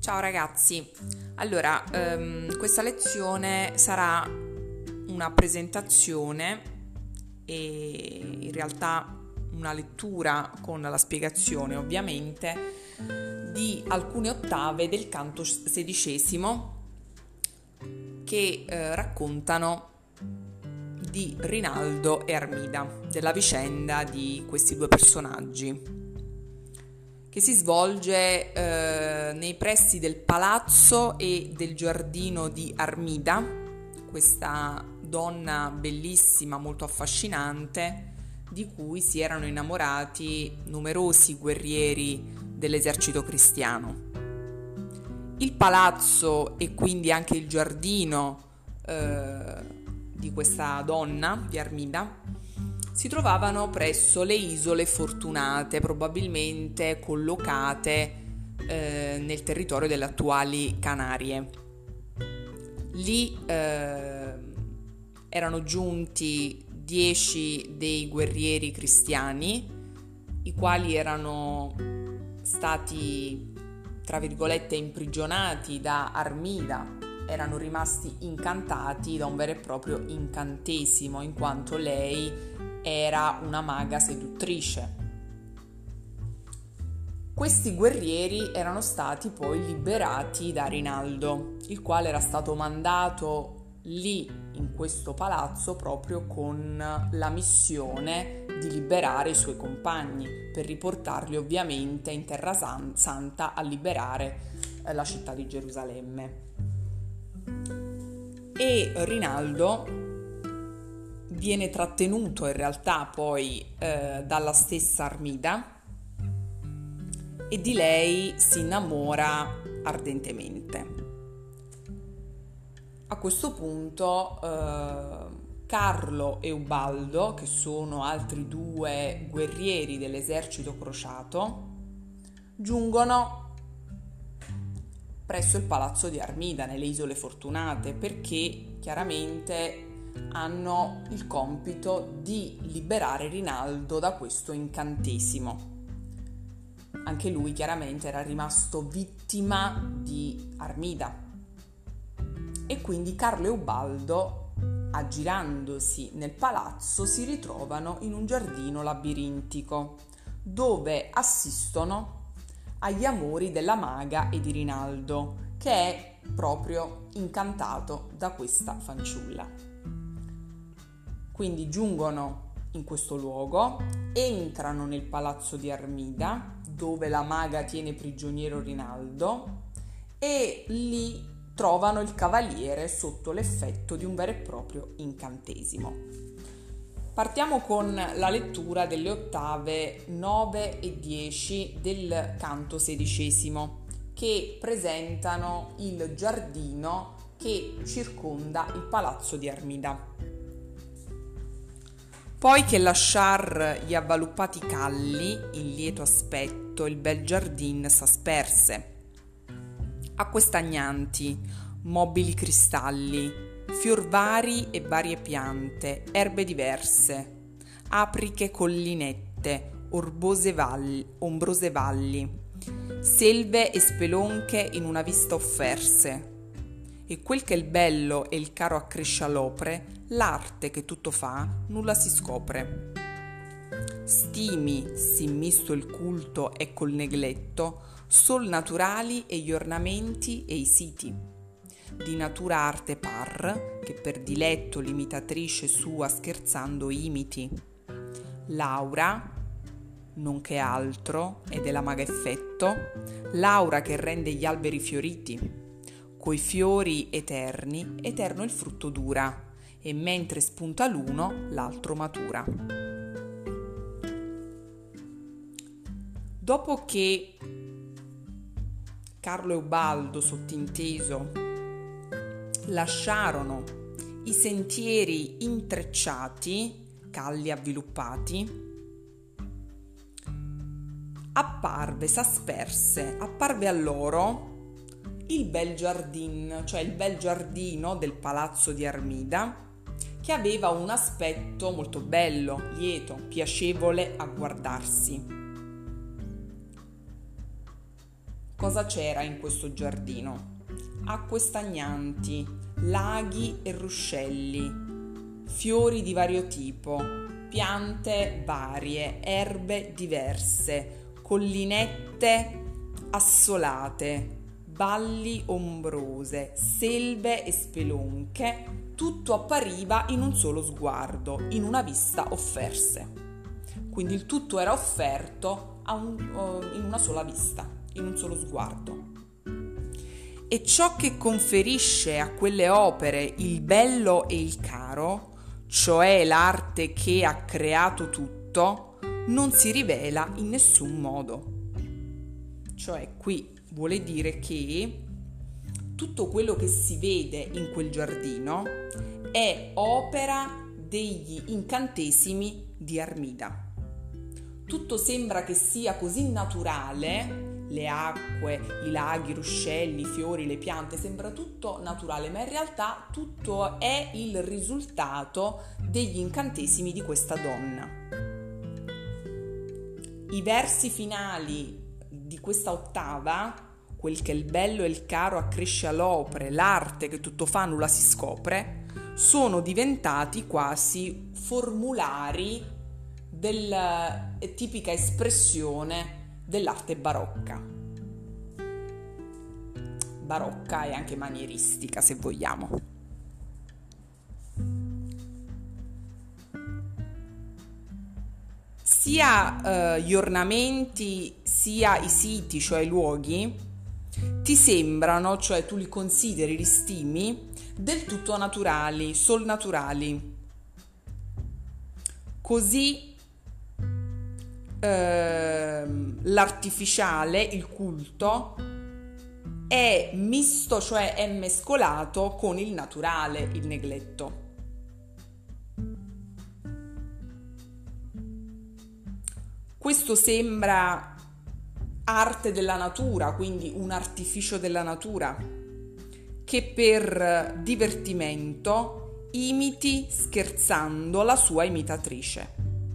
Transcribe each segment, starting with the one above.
Ciao ragazzi, allora questa lezione sarà una presentazione e in realtà una lettura con la spiegazione ovviamente di alcune ottave del canto XVI che raccontano di Rinaldo e Armida, della vicenda di questi due personaggi, che si svolge nei pressi del palazzo e del giardino di Armida, questa donna bellissima, molto affascinante, di cui si erano innamorati numerosi guerrieri dell'esercito cristiano. Il palazzo e quindi anche il giardino di questa donna, di Armida, si trovavano presso le Isole Fortunate, probabilmente collocate nel territorio delle attuali Canarie. Lì erano giunti 10 dei guerrieri cristiani, i quali erano stati, tra virgolette, imprigionati da Armida. Erano rimasti incantati da un vero e proprio incantesimo, in quanto lei era una maga seduttrice. Questi guerrieri erano stati poi liberati da Rinaldo, il quale era stato mandato lì in questo palazzo proprio con la missione di liberare i suoi compagni, per riportarli ovviamente in Terra Santa a liberare la città di Gerusalemme. E Rinaldo viene trattenuto in realtà poi dalla stessa Armida e di lei si innamora ardentemente. A questo punto Carlo e Ubaldo, che sono altri due guerrieri dell'esercito crociato, giungono presso il palazzo di Armida nelle Isole Fortunate, perché chiaramente hanno il compito di liberare Rinaldo da questo incantesimo. Anche lui chiaramente era rimasto vittima di Armida e quindi Carlo e Ubaldo, aggirandosi nel palazzo, si ritrovano in un giardino labirintico dove assistono agli amori della maga e di Rinaldo, che è proprio incantato da questa fanciulla. Quindi giungono in questo luogo, entrano nel palazzo di Armida, dove la maga tiene prigioniero Rinaldo, e lì trovano il cavaliere sotto l'effetto di un vero e proprio incantesimo. Partiamo con la lettura delle ottave 9 e 10 del canto XVI, che presentano il giardino che circonda il palazzo di Armida. Poi che lasciar gli avvaluppati calli, in lieto aspetto, il bel giardin s'asperse. Acque stagnanti, mobili cristalli, fior vari e varie piante, erbe diverse, apriche collinette, ombrose valli, selve e spelonche in una vista offerse. E quel che il bello e il caro accresce l'opre, l'arte che tutto fa, nulla si scopre. Stimi, sì misto il culto e col negletto, sol naturali e gli ornamenti e i siti. Di natura arte par, che per diletto l'imitatrice sua scherzando imiti. L'aura, nonché altro, è della maga effetto, l'aura che rende gli alberi fioriti. Coi fiori eterni, eterno il frutto dura, e mentre spunta l'uno, l'altro matura. Dopo che Carlo e Ubaldo, sottinteso, lasciarono i sentieri intrecciati, calli avviluppati, apparve a loro il bel giardin, cioè il bel giardino del palazzo di Armida, che aveva un aspetto molto bello, lieto, piacevole a guardarsi. Cosa c'era in questo giardino? Acque stagnanti, laghi e ruscelli, fiori di vario tipo, piante varie, erbe diverse, collinette assolate, valli ombrose, selve e spelonche, tutto appariva in un solo sguardo, in una vista offerse. Quindi il tutto era offerto in una sola vista, in un solo sguardo. E ciò che conferisce a quelle opere il bello e il caro, cioè l'arte che ha creato tutto, non si rivela in nessun modo. Cioè qui vuole dire che tutto quello che si vede in quel giardino è opera degli incantesimi di Armida. Tutto sembra che sia così naturale, le acque, i laghi, i ruscelli, i fiori, le piante, sembra tutto naturale, ma in realtà tutto è il risultato degli incantesimi di questa donna. I versi finali di questa ottava, quel che è il bello e il caro accresce all'opere, l'arte che tutto fa nulla si scopre, sono diventati quasi formulari della tipica espressione dell'arte barocca e anche manieristica, se vogliamo. Sia gli ornamenti sia i siti, cioè i luoghi, ti sembrano, cioè tu li consideri, li stimi, del tutto naturali, sol naturali. Così l'artificiale, il culto, è misto, cioè è mescolato con il naturale, il negletto. Questo sembra arte della natura, quindi un artificio della natura, che per divertimento imiti scherzando la sua imitatrice.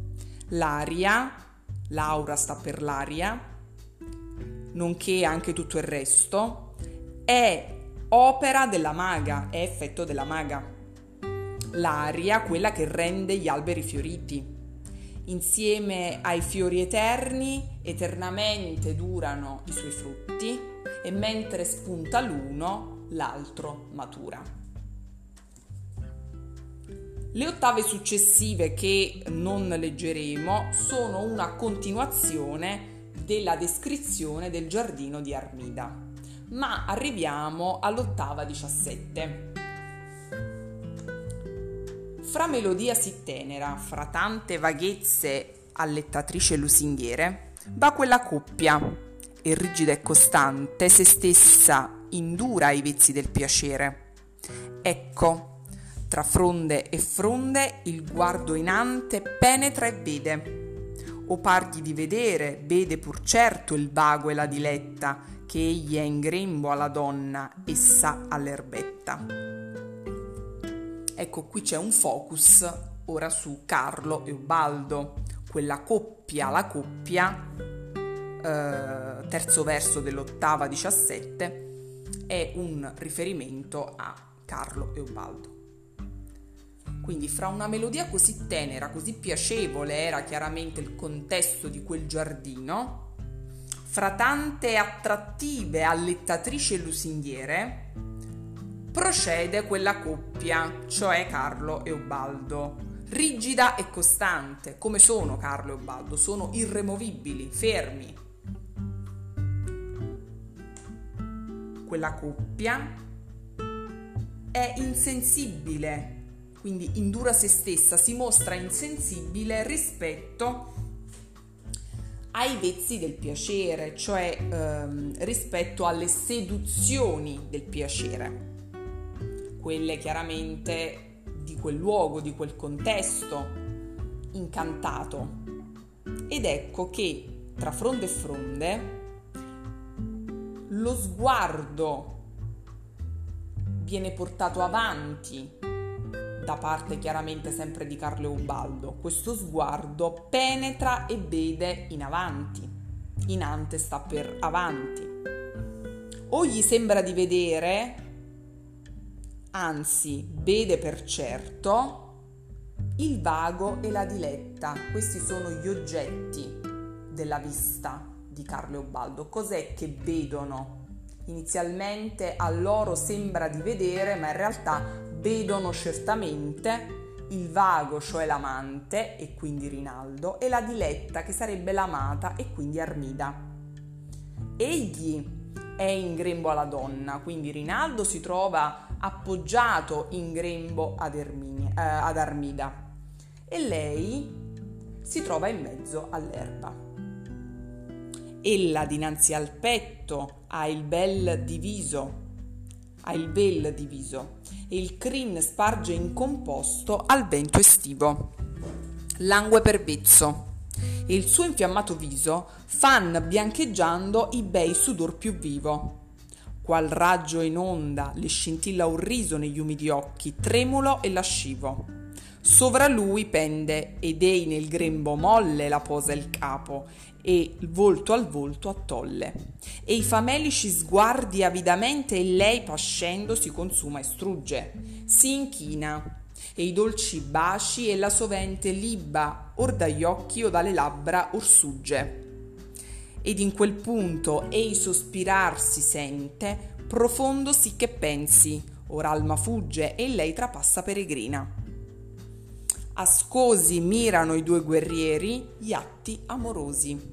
L'aura sta per l'aria, nonché anche tutto il resto, è opera della maga, è effetto della maga. L'aria, quella che rende gli alberi fioriti. Insieme ai fiori eterni, eternamente durano i suoi frutti e mentre spunta l'uno, l'altro matura. Le ottave successive, che non leggeremo, sono una continuazione della descrizione del giardino di Armida, ma arriviamo all'ottava 17. Fra melodia sì tenera, fra tante vaghezze allettatrice lusinghiere, va quella coppia, e rigida e costante se stessa indura ai vezzi del piacere. Ecco, tra fronde e fronde il guardo inante penetra e vede, o pargli di vedere, vede pur certo il vago e la diletta, che egli è in grembo alla donna, essa all'erbetta. Ecco, qui c'è un focus ora su Carlo e Ubaldo, quella coppia, la coppia, terzo verso dell'ottava 17, è un riferimento a Carlo e Ubaldo. Quindi fra una melodia così tenera, così piacevole, era chiaramente il contesto di quel giardino, fra tante attrattive allettatrici e lusinghiere, procede quella coppia, cioè Carlo e Ubaldo, rigida e costante. Come sono Carlo e Ubaldo? Sono irremovibili, fermi. Quella coppia è insensibile, quindi indura se stessa, si mostra insensibile rispetto ai vezzi del piacere, cioè rispetto alle seduzioni del piacere, quelle chiaramente di quel luogo, di quel contesto incantato. Ed ecco che tra fronde e fronde lo sguardo viene portato avanti da parte chiaramente sempre di Carlo e Ubaldo. Questo sguardo penetra e vede in avanti. In ante sta per avanti. O gli sembra di vedere, anzi vede per certo, il vago e la diletta. Questi sono gli oggetti della vista di Carlo e Ubaldo. Cos'è che vedono? Inizialmente a loro sembra di vedere, ma in realtà vedono certamente il vago, cioè l'amante, e quindi Rinaldo, e la diletta, che sarebbe l'amata, e quindi Armida. Egli è in grembo alla donna, quindi Rinaldo si trova appoggiato in grembo ad Armida e lei si trova in mezzo all'erba. Ella dinanzi al petto ha il vel diviso e il crin sparge incomposto al vento estivo. Langue per vezzo e il suo infiammato viso fan biancheggiando i bei sudor più vivo. Qual raggio in onda le scintilla un riso negli umidi occhi, tremulo e lascivo. Sovra lui pende ed ei nel grembo molle la posa il capo e volto al volto attolle. E i famelici sguardi avidamente e lei pascendo si consuma e strugge, si inchina e i dolci baci ella sovente liba or dagli occhi o dalle labbra or sugge. Ed in quel punto ei sospirar si sente profondo sì che pensi, or alma fugge e lei trapassa peregrina. Ascosi mirano i due guerrieri gli atti amorosi.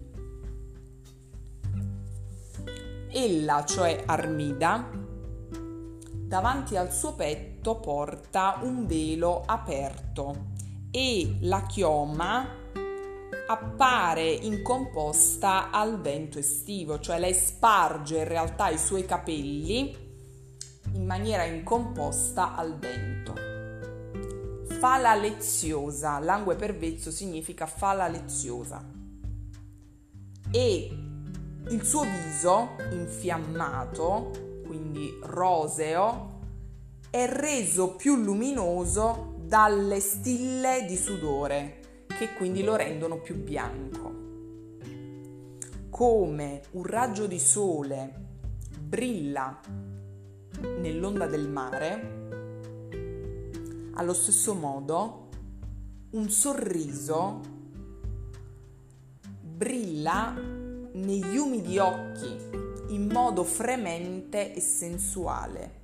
Ella, cioè Armida, davanti al suo petto porta un velo aperto e la chioma appare incomposta al vento estivo, cioè lei sparge in realtà i suoi capelli in maniera incomposta al vento. Fala leziosa, langue per vezzo significa fala leziosa, e il suo viso infiammato, quindi roseo, è reso più luminoso dalle stille di sudore, che quindi lo rendono più bianco. Come un raggio di sole brilla nell'onda del mare, allo stesso modo un sorriso brilla negli umidi occhi in modo fremente e sensuale.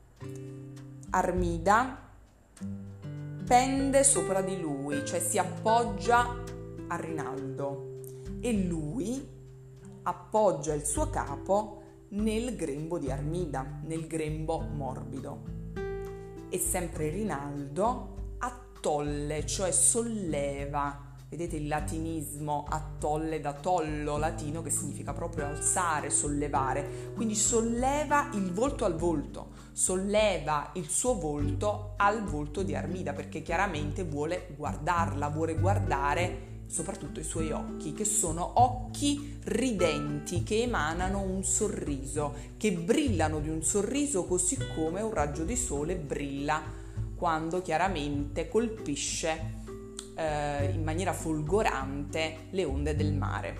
Armida pende sopra di lui, cioè si appoggia a Rinaldo, e lui appoggia il suo capo nel grembo di Armida, nel grembo morbido. E sempre Rinaldo attolle, cioè solleva, vedete il latinismo attolle da tollo latino, che significa proprio alzare, sollevare, quindi solleva il volto al volto, solleva il suo volto al volto di Armida, perché chiaramente vuole guardarla, vuole guardare soprattutto i suoi occhi, che sono occhi ridenti, che emanano un sorriso, che brillano di un sorriso così come un raggio di sole brilla quando chiaramente colpisce in maniera folgorante le onde del mare.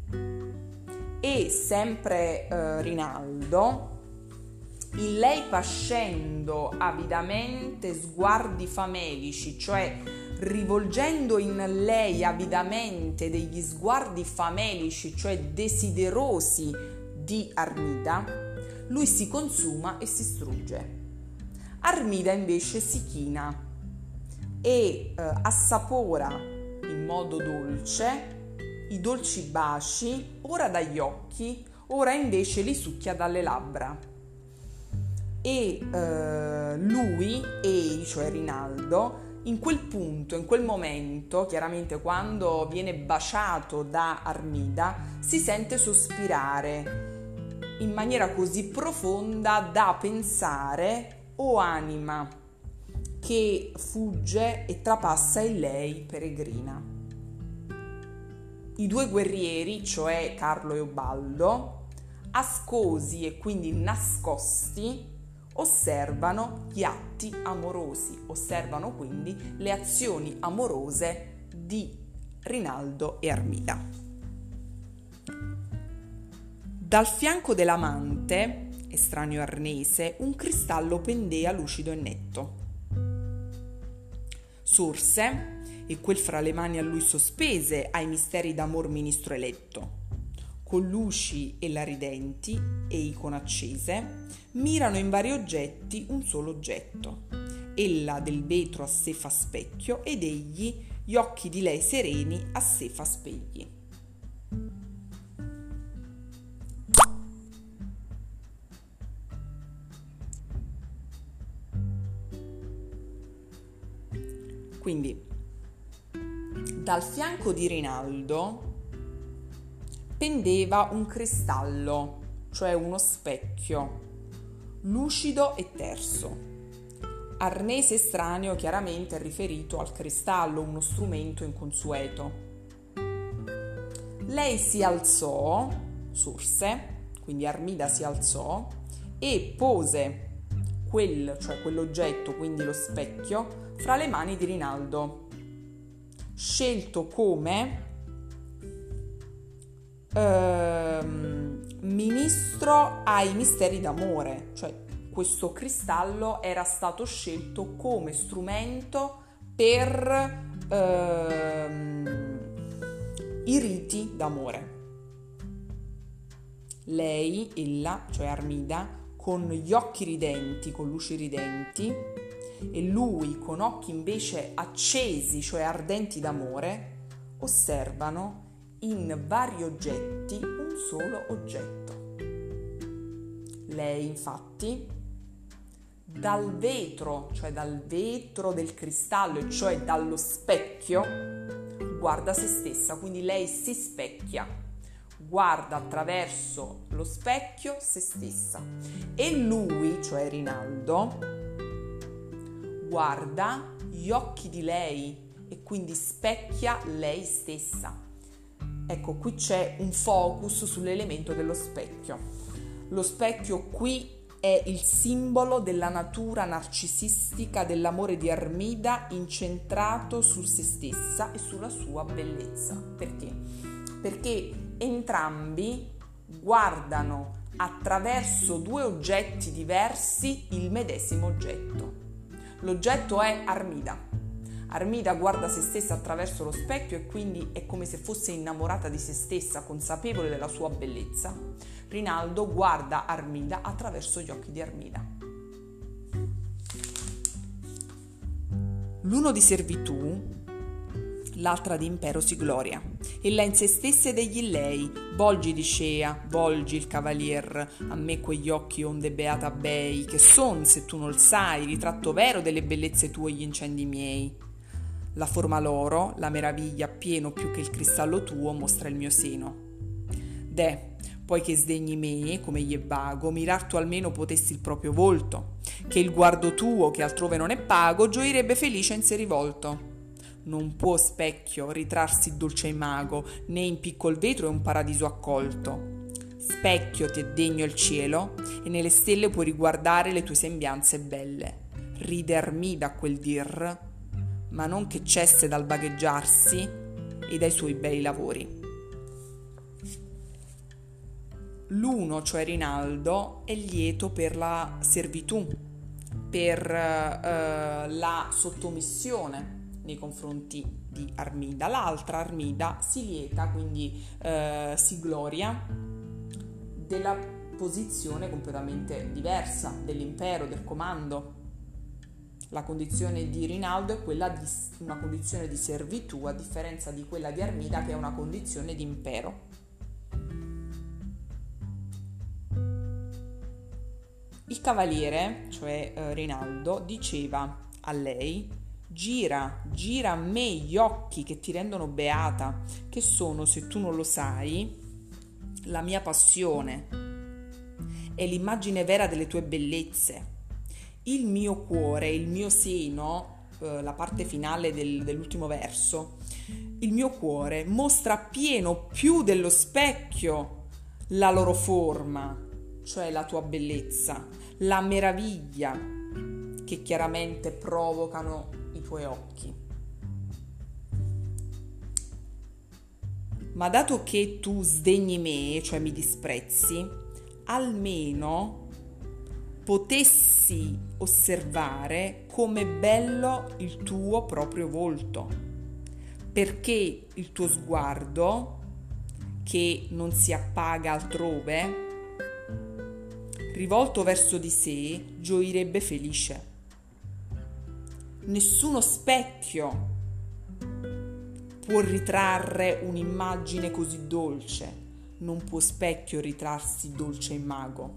E sempre Rinaldo, in lei pascendo avidamente sguardi famelici, cioè rivolgendo in lei avidamente degli sguardi famelici, cioè desiderosi di Armida, lui si consuma e si strugge. Armida invece si china e assapora in modo dolce i dolci baci, ora dagli occhi, ora invece li succhia dalle labbra. E lui, cioè Rinaldo, in quel punto, in quel momento, chiaramente quando viene baciato da Armida, si sente sospirare in maniera così profonda da pensare: o anima che fugge e trapassa in lei peregrina. I due guerrieri, cioè Carlo e Ubaldo, ascosi e quindi nascosti, osservano gli atti amorosi, osservano quindi le azioni amorose di Rinaldo e Armida. Dal fianco dell'amante estraneo Arnese, un cristallo pendea lucido e netto. Sorse, e quel fra le mani a lui sospese, ai misteri d'amor ministro eletto. Con luci e la ridenti e icone accese, mirano in vari oggetti un solo oggetto. Ella del vetro a sé fa specchio, ed egli gli occhi di lei sereni a sé fa spegli. Quindi, dal fianco di Rinaldo pendeva un cristallo, cioè uno specchio, lucido e terso. Arnese estraneo chiaramente è riferito al cristallo, uno strumento inconsueto. Lei si alzò, sorse, quindi Armida si alzò e pose quell'oggetto, quindi lo specchio, fra le mani di Rinaldo, scelto come ministro ai misteri d'amore, cioè questo cristallo era stato scelto come strumento per i riti d'amore. Ella, cioè Armida, con gli occhi ridenti, con luci ridenti, e lui con occhi invece accesi, cioè ardenti d'amore, osservano in vari oggetti un solo oggetto. Lei infatti dal vetro, cioè dal vetro del cristallo, cioè dallo specchio, guarda se stessa, quindi lei si specchia, guarda attraverso lo specchio se stessa, e lui, cioè Rinaldo, guarda gli occhi di lei e quindi specchia lei stessa. Ecco, qui c'è un focus sull'elemento dello specchio. Lo specchio qui è il simbolo della natura narcisistica dell'amore di Armida, incentrato su se stessa e sulla sua bellezza. Perché? Perché entrambi guardano attraverso due oggetti diversi il medesimo oggetto. L'oggetto è Armida. Armida guarda se stessa attraverso lo specchio e quindi è come se fosse innamorata di se stessa, consapevole della sua bellezza. Rinaldo guarda Armida attraverso gli occhi di Armida. L'uno di servitù, l'altra di impero si gloria. Ella in se stessa ed egli in lei. Volgi dicea, volgi il cavalier, a me quegli occhi onde beata bei, che son, se tu non il sai, ritratto vero delle bellezze tue gli incendi miei. La forma loro, la meraviglia appieno più che il cristallo tuo mostra il mio seno. Deh, poi che sdegni me, come gli è vago, mirar tu almeno potessi il proprio volto, che il guardo tuo, che altrove non è pago, gioirebbe felice in sé rivolto. Non può specchio ritrarsi dolce e mago, né in piccol vetro è un paradiso accolto. Specchio ti è degno il cielo, e nelle stelle puoi riguardare le tue sembianze belle. Ride Armida a quel dir, ma non che cesse dal vagheggiarsi e dai suoi bei lavori. L'uno, cioè Rinaldo, è lieto per la servitù, per la sottomissione nei confronti di Armida. L'altra, Armida, si lieta, quindi si gloria della posizione completamente diversa dell'impero, del comando. La condizione di Rinaldo è quella di una condizione di servitù, a differenza di quella di Armida, che è una condizione di impero. Il cavaliere, cioè Rinaldo, diceva a lei: gira a me gli occhi che ti rendono beata, che sono, se tu non lo sai, la mia passione, è l'immagine vera delle tue bellezze. Il mio cuore, il mio seno, la parte finale dell'ultimo verso, il mio cuore mostra appieno più dello specchio la loro forma, cioè la tua bellezza, la meraviglia che chiaramente provocano i tuoi occhi. Ma dato che tu sdegni me, cioè mi disprezzi, almeno potessi osservare com'è bello il tuo proprio volto, perché il tuo sguardo, che non si appaga altrove, rivolto verso di sé, gioirebbe felice. Nessuno specchio può ritrarre un'immagine così dolce, non può specchio ritrarsi dolce e mago.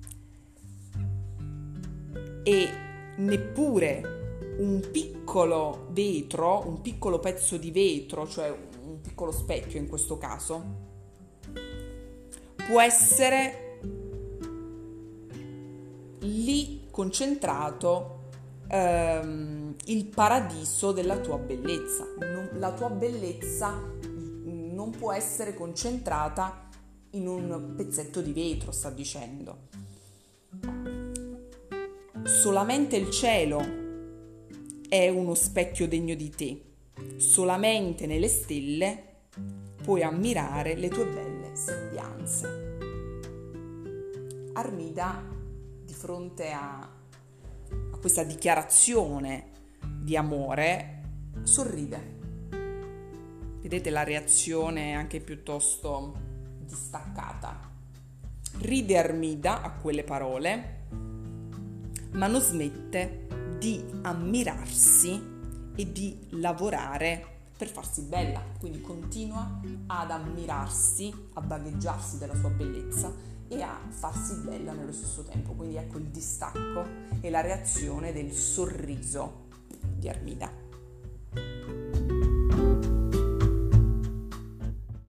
E neppure un piccolo vetro, un piccolo pezzo di vetro, cioè un piccolo specchio in questo caso, può essere lì concentrato il paradiso della tua bellezza. La tua bellezza non può essere concentrata in un pezzetto di vetro, sta dicendo. Solamente il cielo è uno specchio degno di te. Solamente nelle stelle puoi ammirare le tue belle sembianze. Armida, di fronte a questa dichiarazione di amore, sorride. Vedete la reazione anche piuttosto distaccata. Ride Armida a quelle parole, ma non smette di ammirarsi e di lavorare per farsi bella. Quindi continua ad ammirarsi, a vagheggiarsi della sua bellezza e a farsi bella nello stesso tempo. Quindi ecco il distacco e la reazione del sorriso di Armida.